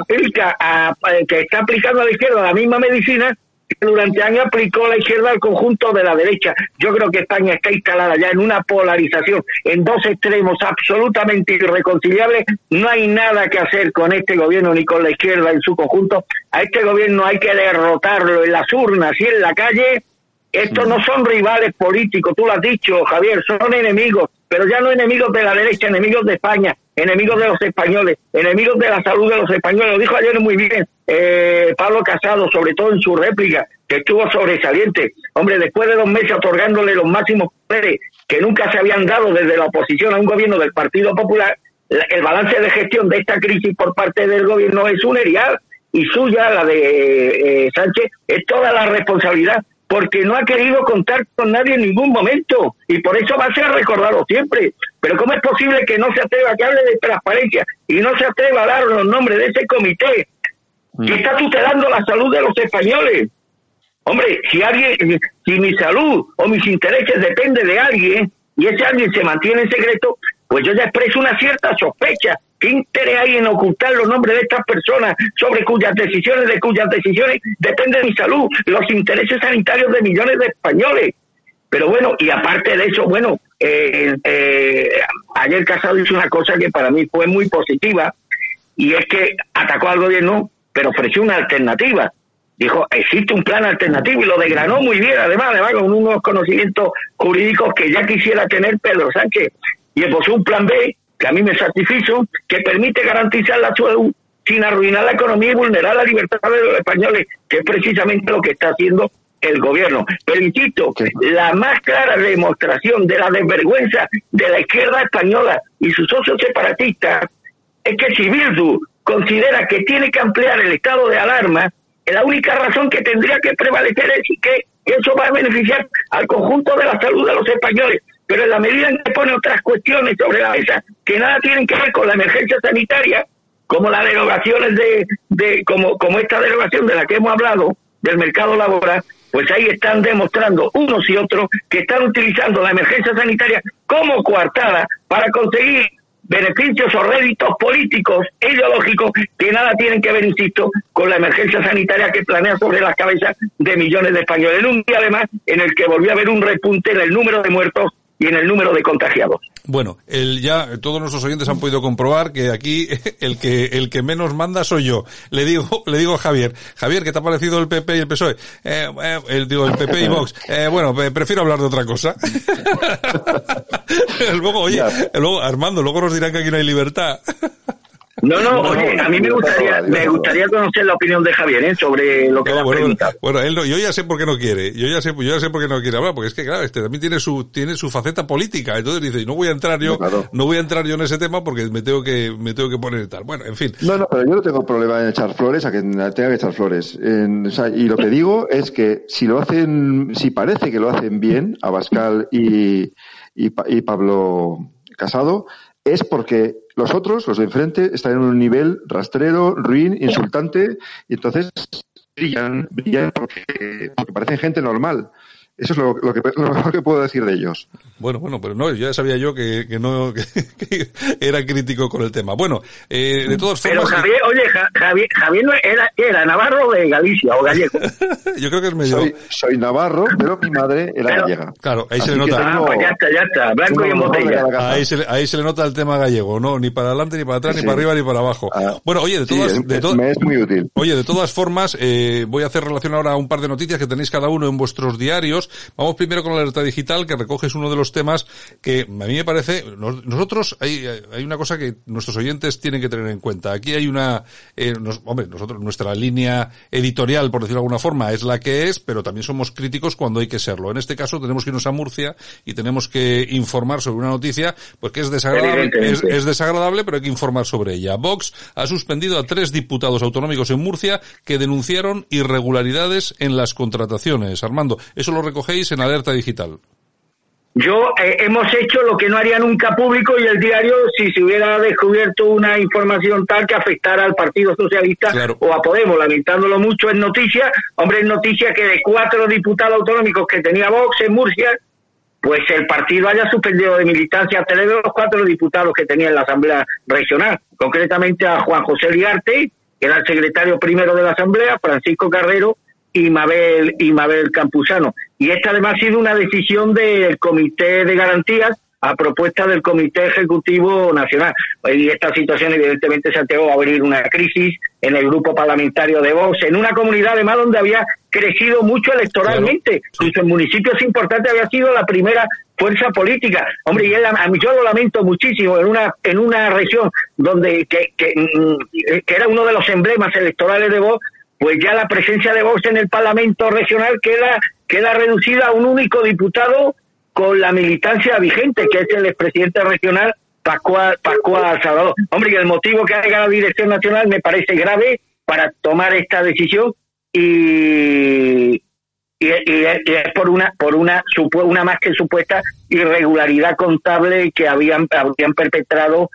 está aplicando a la izquierda la misma medicina que durante años aplicó la izquierda al conjunto de la derecha. Yo creo que España está instalada ya en una polarización, en dos extremos absolutamente irreconciliables. No hay nada que hacer con este gobierno ni con la izquierda en su conjunto. A este gobierno hay que derrotarlo en las urnas y en la calle. Estos no son rivales políticos, tú lo has dicho, Javier, son enemigos pero ya no enemigos de la derecha, enemigos de España, enemigos de los españoles, enemigos de la salud de los españoles. Lo dijo ayer muy bien Pablo Casado, sobre todo en su réplica, que estuvo sobresaliente. Hombre, después de 2 meses otorgándole los máximos poderes que nunca se habían dado desde la oposición a un gobierno del Partido Popular, el balance de gestión de esta crisis por parte del gobierno es un erial, y suya, la de Sánchez, es toda la responsabilidad, porque no ha querido contar con nadie en ningún momento, y por eso va a ser recordado siempre. Pero ¿cómo es posible que no se atreva a que hable de transparencia y no se atreva a dar los nombres de ese comité que está tutelando la salud de los españoles? Hombre, si mi salud o mis intereses dependen de alguien, y ese alguien se mantiene en secreto, pues yo ya expreso una cierta sospecha. ¿Qué interés hay en ocultar los nombres de estas personas sobre cuyas decisiones depende de mi salud, los intereses sanitarios de millones de españoles? Pero bueno, y aparte de eso, bueno, ayer Casado hizo una cosa que para mí fue muy positiva, y es que atacó al gobierno, pero ofreció una alternativa. Dijo, existe un plan alternativo, y lo desgranó muy bien, además con unos conocimientos jurídicos que ya quisiera tener Pedro Sánchez, y esbozó un plan B, que a mí me satisfizo, que permite garantizar la salud sin arruinar la economía y vulnerar la libertad de los españoles, que es precisamente lo que está haciendo el gobierno. Pero insisto, la más clara demostración de la desvergüenza de la izquierda española y sus socios separatistas es que si Bildu considera que tiene que ampliar el estado de alarma, la única razón que tendría que prevalecer es que eso va a beneficiar al conjunto de la salud de los españoles. Pero en la medida en que pone otras cuestiones sobre la mesa que nada tienen que ver con la emergencia sanitaria, como las derogaciones como esta derogación de la que hemos hablado, del mercado laboral, pues ahí están demostrando unos y otros que están utilizando la emergencia sanitaria como coartada para conseguir beneficios o réditos políticos e ideológicos que nada tienen que ver, insisto, con la emergencia sanitaria que planea sobre las cabezas de millones de españoles. En un día, además, en el que volvió a haber un repunte en el número de muertos y en el número de contagiados. Bueno, ya todos nuestros oyentes han podido comprobar que aquí el que menos manda soy yo. Le digo a Javier, ¿qué te ha parecido el PP y el PSOE? El PP y Vox. Bueno, prefiero hablar de otra cosa. Luego, luego Armando, luego nos dirán que aquí no hay libertad. No, oye, a mí me gustaría conocer la opinión de Javier, sobre lo que ha preguntado. Bueno, él yo ya sé por qué no quiere. Yo ya sé por qué no quiere hablar, porque es que claro, también tiene su faceta política. Entonces dice, no voy a entrar yo en ese tema porque me tengo que poner tal. Bueno, en fin. No, pero yo no tengo problema en echar flores a que tenga que echar flores. Y lo que digo es que si parece que lo hacen bien, Abascal y Pablo Casado, es porque los otros, los de enfrente, están en un nivel rastrero, ruin, insultante, y entonces brillan porque parecen gente normal. Eso es lo que puedo decir de ellos. Bueno, pero no, ya sabía yo que era crítico con el tema. Bueno, de todas formas... Pero Javier no era Navarro de Galicia o gallego. Yo creo que es medio... Soy Navarro, pero mi madre era gallega. Claro, ahí se le nota... pues ya está, blanco y en botella. Ahí se le nota el tema gallego, no, ni para adelante, ni para atrás, ni para arriba, ni para abajo. Bueno, oye, me es muy útil. Oye, de todas formas, voy a hacer relación ahora a un par de noticias que tenéis cada uno en vuestros diarios. Vamos primero con la alerta digital, que recoges uno de los temas que a mí me parece, nosotros hay una cosa que nuestros oyentes tienen que tener en cuenta. Aquí hay nuestra línea editorial, por decirlo de alguna forma, es la que es, pero también somos críticos cuando hay que serlo. En este caso tenemos que irnos a Murcia y tenemos que informar sobre una noticia, pues que es desagradable, es desagradable, pero hay que informar sobre ella. Vox ha suspendido a 3 diputados autonómicos en Murcia que denunciaron irregularidades en las contrataciones. Armando, eso lo recogéis en Alerta Digital. Hemos hecho lo que no haría nunca público, y el diario, si se hubiera descubierto una información tal que afectara al Partido Socialista o a Podemos, lamentándolo mucho, es noticia que de 4 diputados autonómicos que tenía Vox en Murcia, pues el partido haya suspendido de militancia a 3 de los 4 diputados que tenía en la Asamblea Regional, concretamente a Juan José Liarte, que era el secretario primero de la Asamblea, Francisco Carrero y Mabel Campuzano. Y esta además ha sido una decisión del Comité de Garantías a propuesta del Comité Ejecutivo Nacional. Y esta situación, evidentemente, Santiago, va a abrir una crisis en el grupo parlamentario de Vox, en una comunidad además donde había crecido mucho electoralmente, incluso en municipios importantes había sido la primera fuerza política. Hombre, y yo lo lamento muchísimo, en una región donde que era uno de los emblemas electorales de Vox, pues ya la presencia de Vox en el Parlamento regional queda reducida a un único diputado con la militancia vigente, que es el expresidente regional Pascual Salvador. Hombre, y el motivo que haga la Dirección Nacional me parece grave para tomar esta decisión y es por una más que supuesta irregularidad contable que habrían perpetrado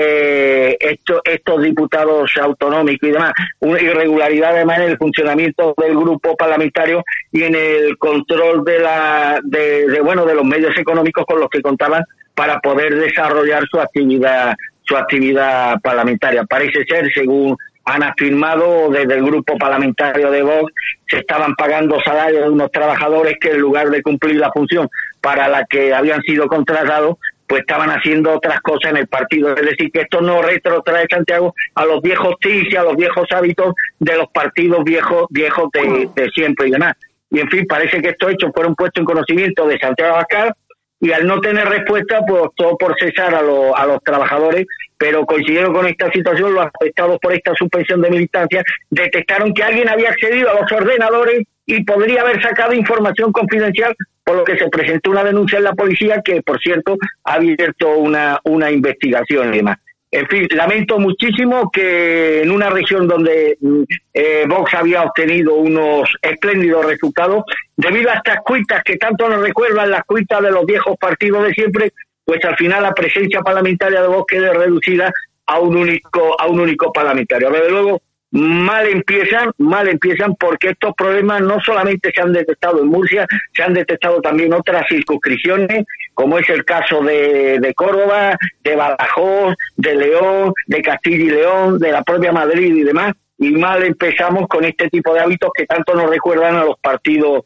estos diputados autonómicos y demás, una irregularidad además en el funcionamiento del grupo parlamentario y en el control de los medios económicos con los que contaban para poder desarrollar su actividad parlamentaria. Parece ser, según han afirmado desde el grupo parlamentario de Vox, se estaban pagando salarios de unos trabajadores que en lugar de cumplir la función para la que habían sido contratados, pues estaban haciendo otras cosas en el partido. Es decir, que esto no retrotrae, Santiago, a los viejos tics y a los viejos hábitos de los partidos viejos de siempre y demás. Y en fin, parece que estos hechos fueron puestos en conocimiento de Santiago Abascal y al no tener respuesta, pues optó por cesar a los trabajadores, pero coincidieron con esta situación los afectados por esta suspensión de militancia, detectaron que alguien había accedido a los ordenadores y podría haber sacado información confidencial, por lo que se presentó una denuncia en la policía que, por cierto, ha abierto una investigación y demás. En fin, lamento muchísimo que en una región donde Vox había obtenido unos espléndidos resultados, debido a estas cuitas que tanto nos recuerdan las cuitas de los viejos partidos de siempre, pues al final la presencia parlamentaria de Vox quede reducida a un único parlamentario. Desde luego, mal empiezan porque estos problemas no solamente se han detectado en Murcia, se han detectado también otras circunscripciones, como es el caso de Córdoba, de Badajoz, de León, de Castilla y León, de la propia Madrid y demás, y mal empezamos con este tipo de hábitos que tanto nos recuerdan a los partidos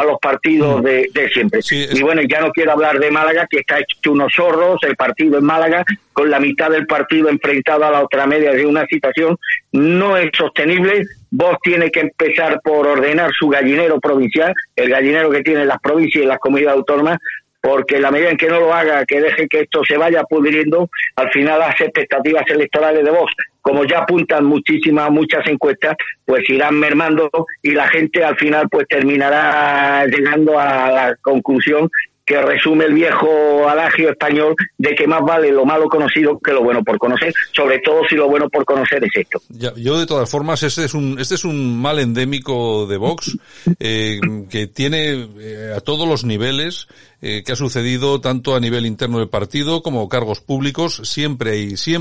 de siempre. Sí, y bueno, ya no quiero hablar de Málaga, que está hecho unos zorros, el partido en Málaga, con la mitad del partido enfrentado a la otra media de una situación no es sostenible. Vox tiene que empezar por ordenar su gallinero provincial, el gallinero que tienen las provincias y las comunidades autónomas, porque en la medida en que no lo haga, que deje que esto se vaya pudriendo, al final las expectativas electorales de Vox, como ya apuntan muchas encuestas, pues irán mermando y la gente al final pues terminará llegando a la conclusión que resume el viejo adagio español de que más vale lo malo conocido que lo bueno por conocer, sobre todo si lo bueno por conocer es esto. Ya, yo de todas formas, este es un mal endémico de Vox, que tiene a todos los niveles, que ha sucedido tanto a nivel interno del partido como cargos públicos, siempre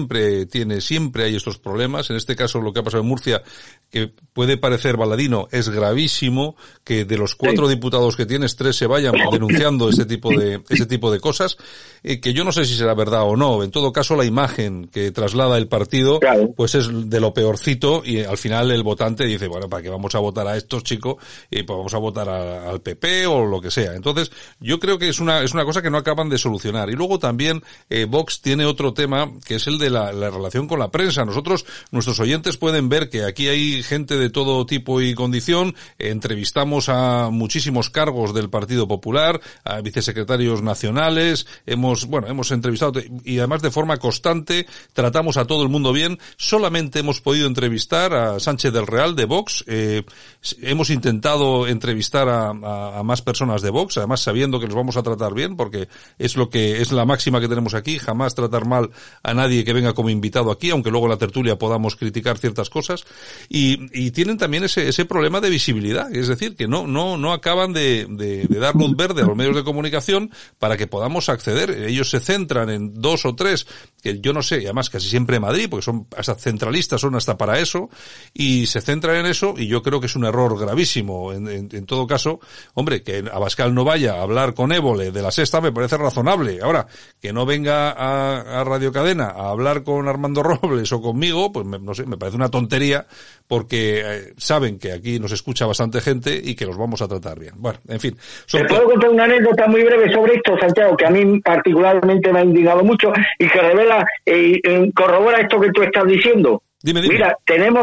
hay estos problemas. En este caso, lo que ha pasado en Murcia, que puede parecer baladino, es gravísimo, que de los 4 diputados que tienes, 3 se vayan denunciando ese tipo de cosas, que yo no sé si será verdad o no. En todo caso, la imagen que traslada el partido, pues es de lo peorcito, y al final el votante dice, bueno, ¿para qué vamos a votar a estos chicos? Pues vamos a votar al PP o lo que sea. Entonces, yo creo que es una cosa que no acaban de solucionar. Y luego también Vox tiene otro tema, que es el de la relación con la prensa. Nuestros oyentes pueden ver que aquí hay gente de todo tipo y condición. Entrevistamos a muchísimos cargos del Partido Popular, a vicesecretarios nacionales, hemos entrevistado, y además de forma constante tratamos a todo el mundo bien. Solamente hemos podido entrevistar a Sánchez del Real de Vox. Hemos intentado entrevistar a más personas de Vox, además sabiendo que los vamos a tratar bien, porque es la máxima que tenemos aquí, jamás tratar mal a nadie que venga como invitado aquí, aunque luego en la tertulia podamos criticar ciertas cosas. Y tienen también ese problema de visibilidad, es decir, que no acaban de dar luz verde a los medios de comunicación para que podamos acceder. Ellos se centran en 2 o 3, que yo no sé, y además casi siempre en Madrid, porque son hasta centralistas, son hasta para eso, y se centran en eso, y yo creo que es un error gravísimo. En todo caso, hombre, que Abascal no vaya a hablar con Évole de La Sexta me parece razonable. Ahora, que no venga a Radio Cadena a hablar con Armando Robles o conmigo, pues no sé, me parece una tontería, porque saben que aquí nos escucha bastante gente y que los vamos a tratar bien. Bueno, en fin. ¿Te puedo contar una anécdota muy breve sobre esto, Santiago, que a mí particularmente me ha indignado mucho y que revela, corrobora esto que tú estás diciendo? Dime. Mira,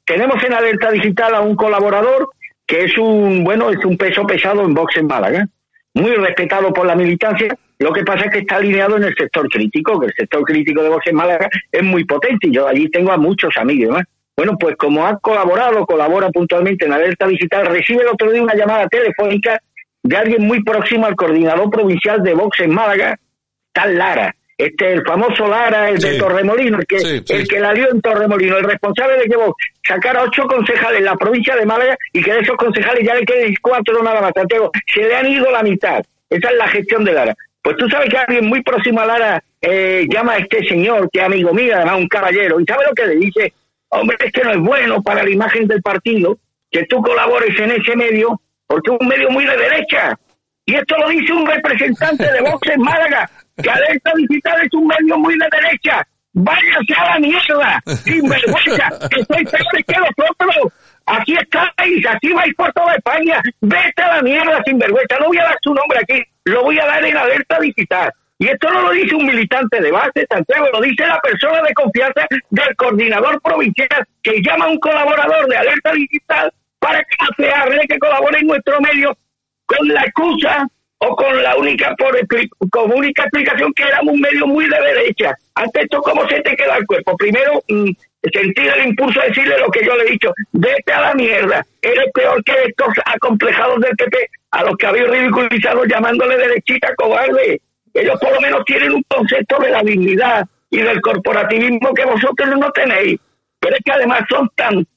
tenemos en Alerta Digital a un colaborador que es un peso pesado en box en Málaga, muy respetado por la militancia. Lo que pasa es que está alineado en el sector crítico, que el sector crítico de box en Málaga es muy potente y yo allí tengo a muchos amigos, ¿no? Bueno, pues como colabora puntualmente en Alerta Digital, recibe el otro día una llamada telefónica de alguien muy próximo al coordinador provincial de box en Málaga, tal Lara. El famoso Lara, el de Torremolinos, el que la dio en Torremolinos, el responsable de que Vox sacara 8 concejales en la provincia de Málaga y que de esos concejales ya le queden 4 nada más. Santiago, se le han ido la mitad. Esa es la gestión de Lara. Pues tú sabes que alguien muy próximo a Lara llama a este señor, que es amigo mío, además un caballero, y ¿sabe lo que le dice? Hombre, es que no es bueno para la imagen del partido que tú colabores en ese medio, porque es un medio muy de derecha. Y esto lo dice un representante de Vox en Málaga, que Alerta Digital es un medio muy de derecha. ¡Váyase a la mierda! ¡Sinvergüenza! ¡Que sois peores que vosotros! Aquí estáis, así vais por toda España. ¡Vete a la mierda, sinvergüenza! No voy a dar su nombre aquí, lo voy a dar en Alerta Digital. Y esto no lo dice un militante de base, Santiago, lo dice la persona de confianza del coordinador provincial, que llama a un colaborador de Alerta Digital para afearle que colabore en nuestro medio con la excusa o con la única explicación que éramos un medio muy de derecha. Ante esto, ¿cómo se te queda el cuerpo? Primero, sentir el impulso de decirle lo que yo le he dicho: vete a la mierda, eres peor que estos acomplejados del PP a los que habéis ridiculizado llamándole derechita cobarde. Ellos por lo menos tienen un concepto de la dignidad y del corporativismo que vosotros no tenéis, pero es que además son tan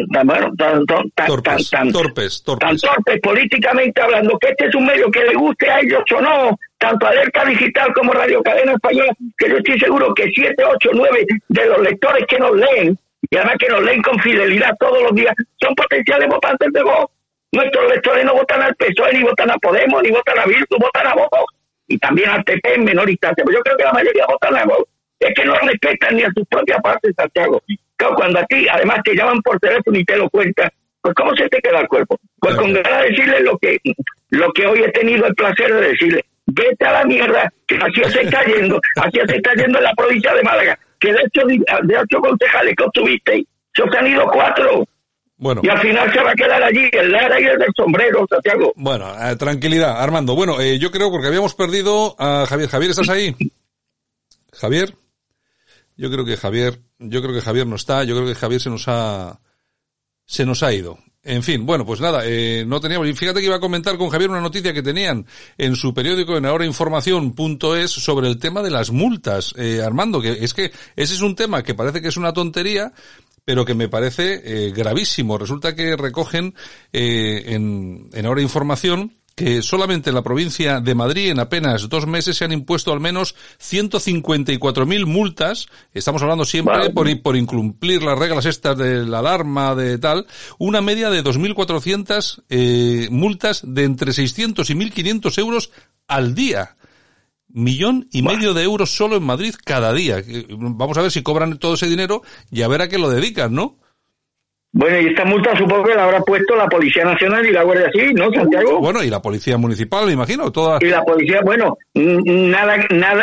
torpes políticamente hablando, que este es un medio que le guste a ellos o no, tanto Alerta Digital como Radio Cadena Española, que yo estoy seguro que 7, 8, 9 de los lectores que nos leen, y además que nos leen con fidelidad todos los días, son potenciales votantes de Vox. Nuestros lectores no votan al PSOE, ni votan a Podemos, ni votan a Bildu, votan a Vox, y también al PP en menor instancia, pero yo creo que la mayoría votan a Vox. Es que no respetan ni a sus propias partes, Santiago. Claro, cuando a ti, además, te llaman por teléfono y te lo cuentan, pues ¿cómo se te queda el cuerpo? Pues con ganas de decirle lo que hoy he tenido el placer de decirle: vete a la mierda, que así se está yendo en la provincia de Málaga, que de 8 concejales que obtuvisteis, se os han ido 4. Bueno. Y al final se va a quedar allí el Lara y el del sombrero, Santiago. Bueno, tranquilidad, Armando. Bueno, yo creo, porque habíamos perdido a Javier. Javier, ¿estás ahí? Javier. Yo creo que Javier no está, yo creo que Javier se nos ha ido. En fin, bueno, pues nada, no teníamos, y fíjate que iba a comentar con Javier una noticia que tenían en su periódico, en ahorainformación.es, sobre el tema de las multas, Armando, que ese es un tema que parece que es una tontería, pero que me parece gravísimo. Resulta que recogen en Ahora Información que solamente en la provincia de Madrid en apenas 2 meses se han impuesto al menos 154.000 multas. Estamos hablando siempre por incumplir las reglas estas de la alarma, de tal. Una media de 2.400 multas de entre 600 y 1.500 euros al día. 1,5 millones de euros solo en Madrid cada día. Vamos a ver si cobran todo ese dinero y a ver a qué lo dedican, ¿no? Bueno, y esta multa supongo que la habrá puesto la Policía Nacional y la Guardia Civil, ¿no, Santiago? Bueno, y la Policía Municipal, me imagino, toda. Y la policía, bueno, nada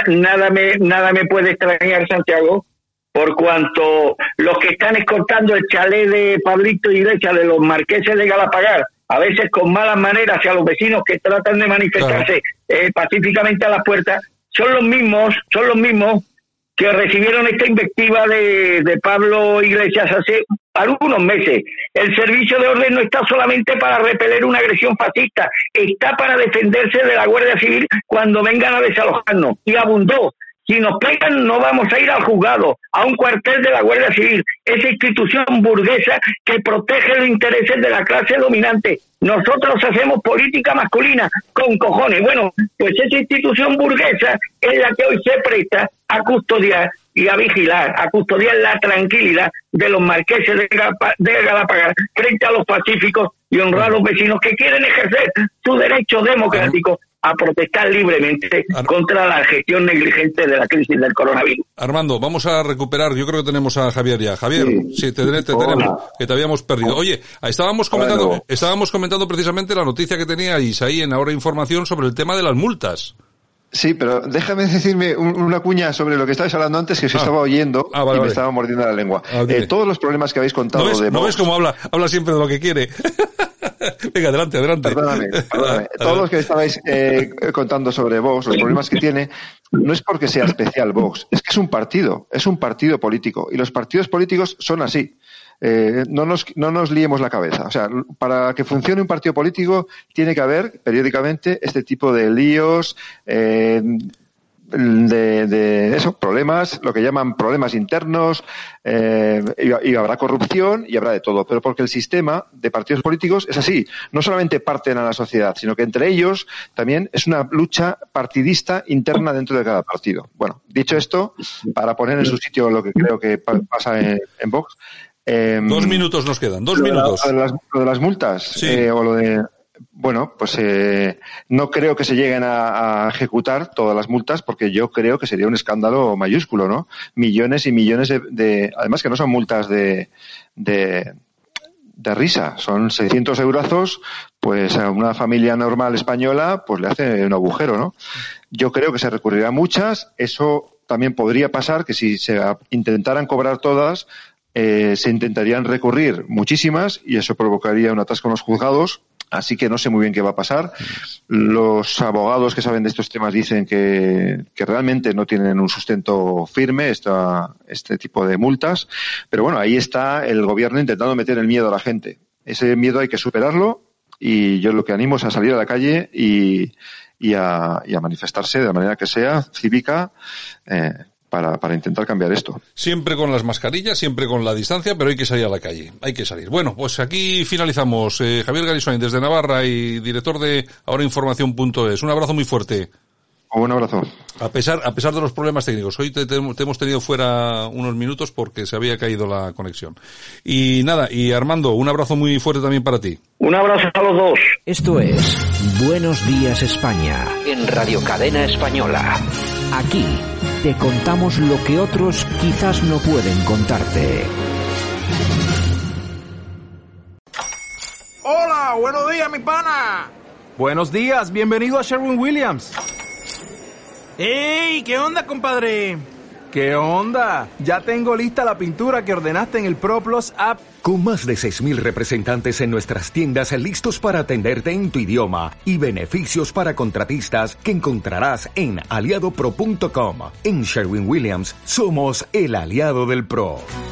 me puede extrañar, Santiago, por cuanto los que están escoltando el chalet de Pablito Iglesias de los marqueses de Galapagar, a veces con malas maneras hacia los vecinos que tratan de manifestarse pacíficamente a las puertas, son los mismos que recibieron esta invectiva de Pablo Iglesias hace algunos meses. El servicio de orden no está solamente para repeler una agresión fascista, está para defenderse de la Guardia Civil cuando vengan a desalojarnos. Y abundó: si nos pegan no vamos a ir al juzgado, a un cuartel de la Guardia Civil, esa institución burguesa que protege los intereses de la clase dominante. Nosotros hacemos política masculina con cojones. Bueno, pues esa institución burguesa es la que hoy se presta a custodiar y a vigilar, a custodiar la tranquilidad de los marqueses de Galapagar frente a los pacíficos y honrar a los vecinos que quieren ejercer su derecho democrático a protestar libremente contra la gestión negligente de la crisis del coronavirus. Armando, vamos a recuperar, yo creo que tenemos a Javier ya. Javier, sí, te tenemos, que te habíamos perdido. Oye, estábamos comentando precisamente la noticia que teníais ahí en Ahora Información sobre el tema de las multas. Sí, pero déjame decirme una cuña sobre lo que estabais hablando antes, que se estaba oyendo y me estaba mordiendo la lengua. Todos los problemas que habéis contado de Vox... ¿No ves cómo habla siempre de lo que quiere? Venga, adelante. Perdóname. Todos los que estabais contando sobre Vox, los problemas que tiene, no es porque sea especial Vox, es que es un partido político, y los partidos políticos son así. No nos liemos la cabeza. O sea, para que funcione un partido político tiene que haber periódicamente este tipo de líos, de eso, problemas, lo que llaman problemas internos, y habrá corrupción y habrá de todo. Pero porque el sistema de partidos políticos es así. No solamente parten a la sociedad, sino que entre ellos también es una lucha partidista interna dentro de cada partido. Bueno, dicho esto, para poner en su sitio lo que creo que pasa en Vox, 2 minutos nos quedan, 2 minutos. Lo de las multas, sí. O lo de... Bueno, pues no creo que se lleguen a ejecutar todas las multas, porque yo creo que sería un escándalo mayúsculo, ¿no? Millones y millones además que no son multas de risa, son 600 eurazos, pues a una familia normal española pues le hace un agujero, ¿no? Yo creo que se recurrirá a muchas. Eso también podría pasar, que si se intentaran cobrar todas, se intentarían recurrir muchísimas y eso provocaría un atasco en los juzgados. Así que no sé muy bien qué va a pasar. Los abogados que saben de estos temas dicen que realmente no tienen un sustento firme este tipo de multas. Pero bueno, ahí está el gobierno intentando meter el miedo a la gente. Ese miedo hay que superarlo, y yo lo que animo es a salir a la calle y a manifestarse de la manera que sea, cívica, para intentar cambiar esto. Siempre con las mascarillas, siempre con la distancia, pero hay que salir a la calle, hay que salir. Bueno, pues aquí finalizamos. Javier Gariswain, desde Navarra y director de ahorainformación.es. Un abrazo muy fuerte. Un abrazo. A pesar de los problemas técnicos, hoy te hemos tenido fuera unos minutos porque se había caído la conexión. Y nada, y Armando, un abrazo muy fuerte también para ti. Un abrazo a los dos. Esto es Buenos Días España, en Radio Cadena Española. Aquí te contamos lo que otros quizás no pueden contarte. Hola, buenos días, mi pana. Buenos días, bienvenido a Sherwin-Williams. ¡Ey! ¿Qué onda, compadre? ¿Qué onda? Ya tengo lista la pintura que ordenaste en el ProPlus app. Con más de 6,000 representantes en nuestras tiendas listos para atenderte en tu idioma y beneficios para contratistas que encontrarás en aliadopro.com. En Sherwin-Williams somos el aliado del pro.